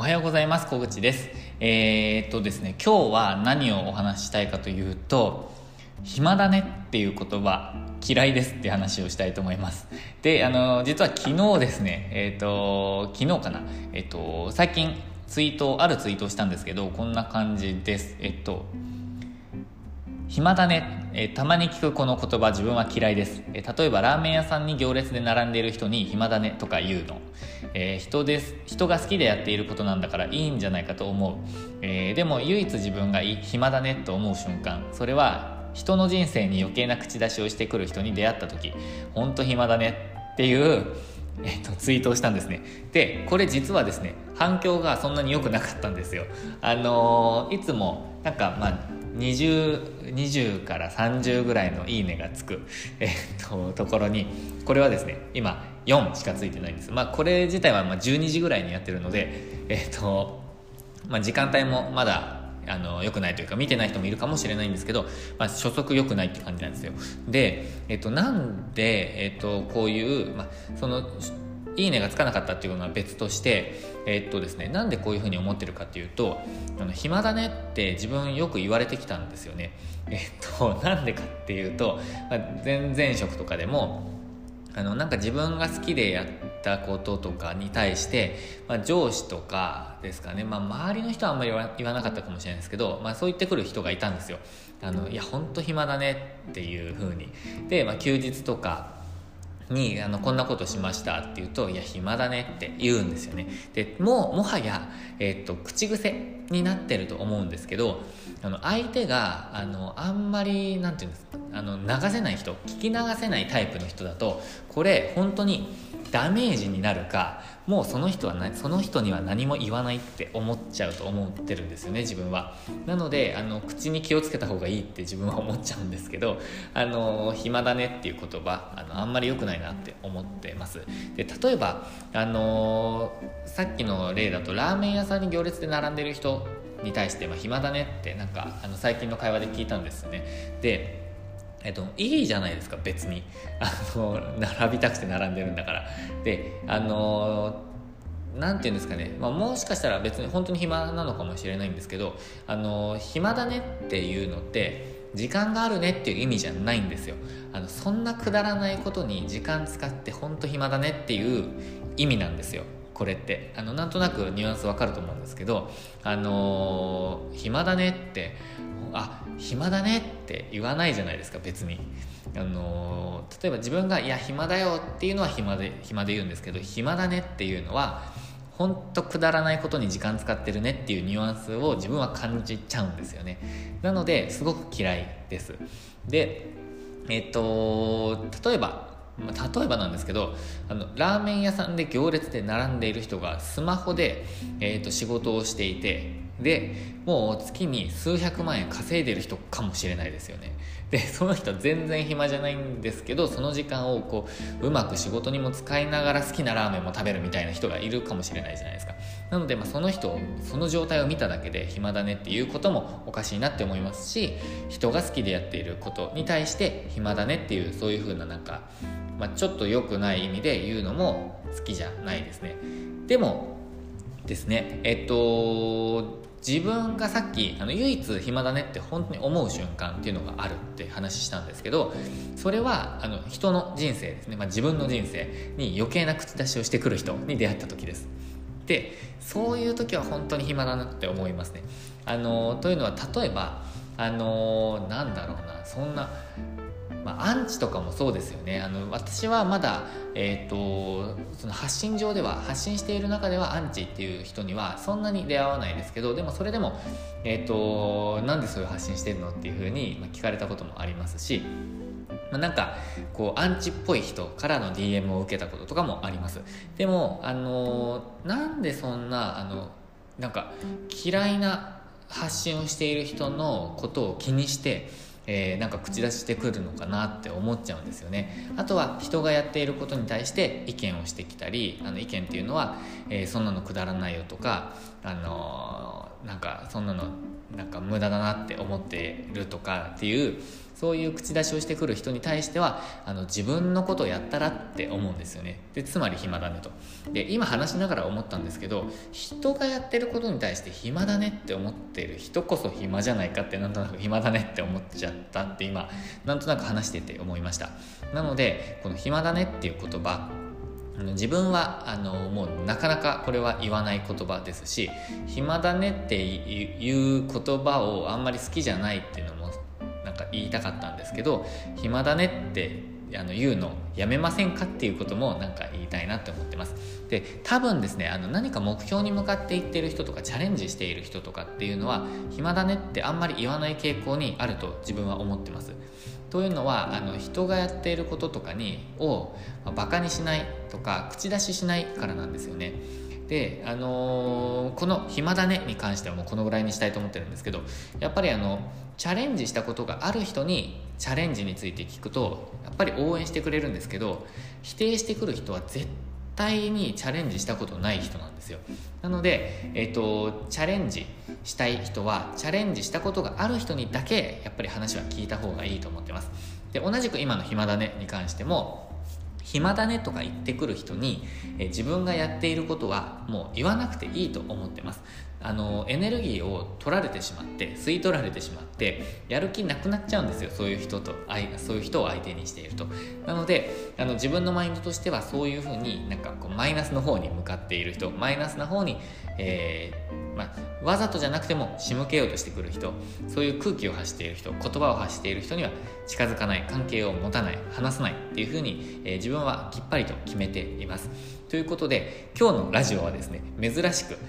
おはようございます。小口です。ですね、今日は何をお話ししたいかというと、暇だねっていう言葉嫌いですっていう話をしたいと思います。で、実は昨日ですね、昨日かな、最近あるツイートをしたんですけど、こんな感じです。暇だね、たまに聞くこの言葉自分は嫌いです。例えばラーメン屋さんに行列で並んでいる人に暇だねとか言うの、人が好きでやっていることなんだからいいんじゃないかと思う、でも唯一自分が暇だねと思う瞬間、それは人の人生に余計な口出しをしてくる人に出会った時、ほんと暇だねっていうツイートをしたんですね。で、これ実はですね、反響がそんなに良くなかったんですよ。いつもなんか20から30ぐらいのいいねがつく、ところに、これはですね今4しかついてないんです。これ自体は12時ぐらいにやってるので、時間帯もまだ良くないというか見てない人もいるかもしれないんですけど、初速良くないって感じなんですよ。で、なんで、こういう、そのいいねがつかなかったっていうのは別として、ですね、なんでこういうふうに思ってるかっていうと、暇だねって自分よく言われてきたんですよね。なんでかっていうと、前々職とかでもなんか自分が好きでやったこととかに対して、上司とかですかね、周りの人はあんまり言わなかったかもしれないですけど、そう言ってくる人がいたんですよ。いや本当暇だねっていう風に。で、休日とかにこんなことしましたって言うと、いや暇だねって言うんですよね。でもはや、口癖になってると思うんですけど、相手があんまりなんていうんですか、流せない人、聞き流せないタイプの人だと、これ本当にダメージになるか、もうその人には何も言わないって思っちゃうと思ってるんですよね、自分は。なので口に気をつけた方がいいって自分は思っちゃうんですけど、暇だねっていう言葉あんまり良くないなって思ってます。で、例えばさっきの例だとラーメン屋さんに行列で並んでる人に対して、暇だねってなんか最近の会話で聞いたんですよね。で、いいじゃないですか、別に並びたくて並んでるんだから。で、なんていうんですかね、もしかしたら別に本当に暇なのかもしれないんですけど、暇だねっていうのって時間があるねっていう意味じゃないんですよ。そんなくだらないことに時間使って本当暇だねっていう意味なんですよ。これってなんとなくニュアンスわかると思うんですけど、暇だねって暇だねって言わないじゃないですか、別に。例えば自分がいや暇だよっていうのは暇で言うんですけど、暇だねっていうのはほんとくだらないことに時間使ってるねっていうニュアンスを自分は感じちゃうんですよね。なのですごく嫌いです。で、例えばなんですけど、ラーメン屋さんで行列で並んでいる人がスマホで、仕事をしていて、でもう月に数百万円稼いでる人かもしれないですよね。でその人全然暇じゃないんですけど、その時間をうまく仕事にも使いながら好きなラーメンも食べるみたいな人がいるかもしれないじゃないですか。なので、その状態を見ただけで暇だねっていうこともおかしいなって思いますし、人が好きでやっていることに対して暇だねっていう、そういう風なちょっと良くない意味で言うのも好きじゃないですね。でもですね、自分がさっき唯一暇だねって本当に思う瞬間っていうのがあるって話したんですけど、それは人の人生ですね、自分の人生に余計な口出しをしてくる人に出会った時です。で、そういう時は本当に暇だなって思いますね。というのは、例えばなんだろうな、そんなアンチとかもそうですよね。私はまだ、その発信している中ではアンチっていう人にはそんなに出会わないですけど、でもそれでも、なんでそういう発信してるのっていう風に聞かれたこともありますし、なんかアンチっぽい人からの DM を受けたこととかもあります。でもなんでそんななんか嫌いな発信をしている人のことを気にしてなんか口出してくるのかなって思っちゃうんですよね。あとは人がやっていることに対して意見をしてきたり、意見っていうのは、そんなのくだらないよとか、なんかそんなのなんか無駄だなって思ってるとかっていう、 そういう口出しをしてくる人に対しては自分のことをやったらって思うんですよね。でつまり暇だねと。で今話しながら思ったんですけど、人がやってることに対して暇だねって思ってる人こそ暇じゃないかって、なんとなく暇だねって思っちゃったって今なんとなく話してて思いました。なのでこの暇だねっていう言葉、自分はもうなかなかこれは言わない言葉ですし、暇だねっていう言葉をあんまり好きじゃないっていうのもなんか言いたかったんですけど、暇だねって言うのやめませんかっていうこともなんか言いたいなって思ってます。で多分ですね何か目標に向かっていっている人とかチャレンジしている人とかっていうのは暇だねってあんまり言わない傾向にあると自分は思ってます。というのは人がやっていることとかをバカにしないとか口出ししないからなんですよね。でこの暇だねに関してはもうこのぐらいにしたいと思ってるんですけど、やっぱりチャレンジしたことがある人にチャレンジについて聞くとやっぱり応援してくれるんですけど、否定してくる人は絶対にチャレンジしたことない人なんですよ。なので、チャレンジしたい人はチャレンジしたことがある人にだけやっぱり話は聞いた方がいいと思ってます。で同じく今の暇だねに関しても、暇だねとか言ってくる人に自分がやっていることはもう言わなくていいと思ってます。エネルギーを取られてしまって吸い取られてしまってやる気なくなっちゃうんですよ、そういう人を相手にしていると。なので自分のマインドとしてはそういうふうになんかこうマイナスの方に向かっている人、マイナスな方に、わざとじゃなくても仕向けようとしてくる人、そういう空気を発している人、言葉を発している人には近づかない、関係を持たない、話さないっていうふうに、自分はきっぱりと決めています。ということで今日のラジオはですね、珍しく、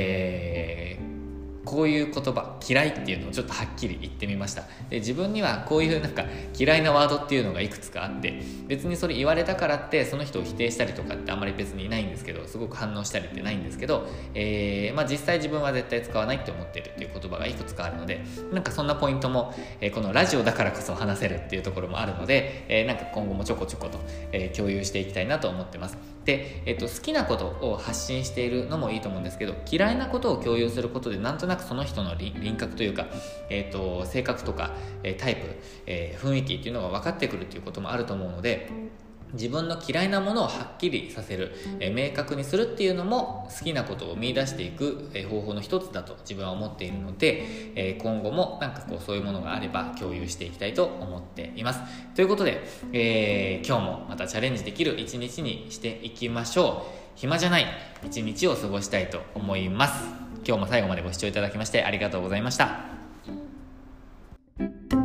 こういう言葉嫌いっていうのをちょっとはっきり言ってみました。で自分にはこういうなんか嫌いなワードっていうのがいくつかあって、別にそれ言われたからってその人を否定したりとかってあんまり別にいないんですけど、すごく反応したりってないんですけど、実際自分は絶対使わないって思っているっていう言葉がいくつかあるので、なんかそんなポイントも、このラジオだからこそ話せるっていうところもあるので、なんか今後もちょこちょこと、共有していきたいなと思ってます。で、好きなことを発信しているのもいいと思うんですけど、嫌いなことを共有することでなんとなくその人の輪郭というか、性格とかタイプ、雰囲気っていうのが分かってくるっていうこともあると思うので、自分の嫌いなものをはっきりさせる、明確にするっていうのも好きなことを見出していく、方法の一つだと自分は思っているので、今後もなんかこうそういうものがあれば共有していきたいと思っています。ということで、今日もまたチャレンジできる一日にしていきましょう。暇じゃない一日を過ごしたいと思います。今日も最後までご視聴いただきましてありがとうございました。